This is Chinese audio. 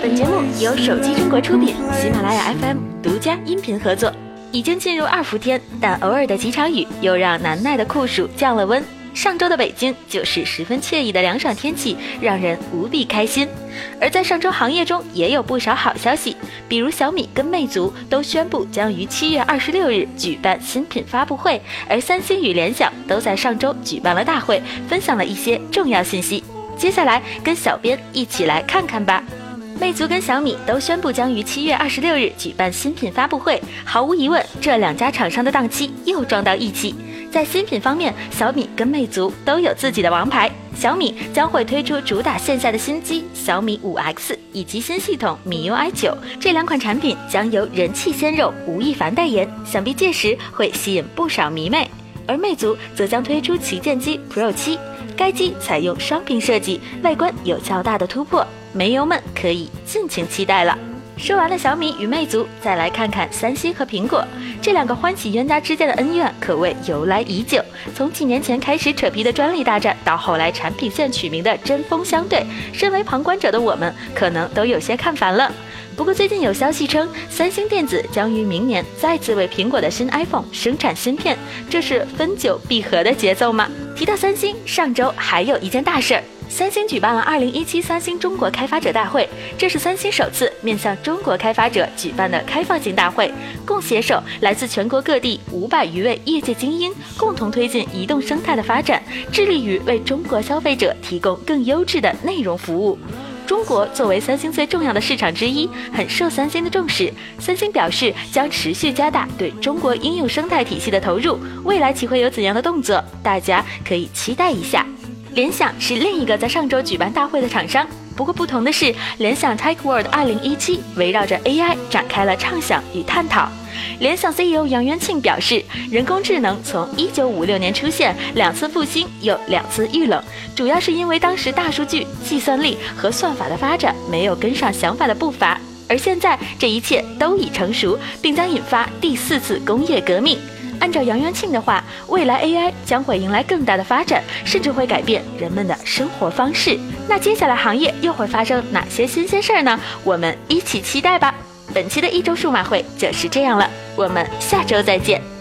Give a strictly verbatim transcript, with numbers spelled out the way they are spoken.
本节目由手机中国出品，喜马拉雅 F M 独家音频合作。已经进入二伏天，但偶尔的几场雨又让难耐的酷暑降了温。上周的北京就是十分惬意的凉爽天气，让人无比开心。而在上周行业中也有不少好消息，比如小米跟魅族都宣布将于七月二十六日举办新品发布会，而三星与联想都在上周举办了大会，分享了一些重要信息。接下来跟小编一起来看看吧。魅族跟小米都宣布将于七月二十六日举办新品发布会，毫无疑问，这两家厂商的档期又撞到一起。在新品方面，小米跟魅族都有自己的王牌。小米将会推出主打线下的新机小米 五 X 以及新系统米 U I 九，这两款产品将由人气鲜肉吴亦凡代言，想必届时会吸引不少迷妹。而魅族则将推出旗舰机 Pro 七，该机采用双屏设计，外观有较大的突破，媒友们可以尽情期待了。说完了小米与魅族，再来看看三星和苹果。这两个欢喜冤家之间的恩怨可谓由来已久，从几年前开始扯皮的专利大战，到后来产品线取名的针锋相对，身为旁观者的我们可能都有些看烦了。不过最近有消息称，三星电子将于明年再次为苹果的新 iPhone 生产芯片，这是分久必合的节奏吗？提到三星，上周还有一件大事儿。三星举办了二零一七三星中国开发者大会，这是三星首次面向中国开发者举办的开放性大会，共携手来自全国各地五百余位业界精英，共同推进移动生态的发展，致力于为中国消费者提供更优质的内容服务。中国作为三星最重要的市场之一，很受三星的重视。三星表示将持续加大对中国应用生态体系的投入，未来其会有怎样的动作，大家可以期待一下。联想是另一个在上周举办大会的厂商，不过不同的是，联想 Tech World 二零一七围绕着 A I 展开了畅想与探讨。联想 C E O 杨元庆表示，人工智能从一九五六年出现，两次复兴又两次遇冷，主要是因为当时大数据、计算力和算法的发展没有跟上想法的步伐，而现在这一切都已成熟，并将引发第四次工业革命。按照杨元庆的话，未来 A I 将会迎来更大的发展，甚至会改变人们的生活方式。那接下来行业又会发生哪些新鲜事儿呢？我们一起期待吧。本期的一周数码会就是这样了，我们下周再见。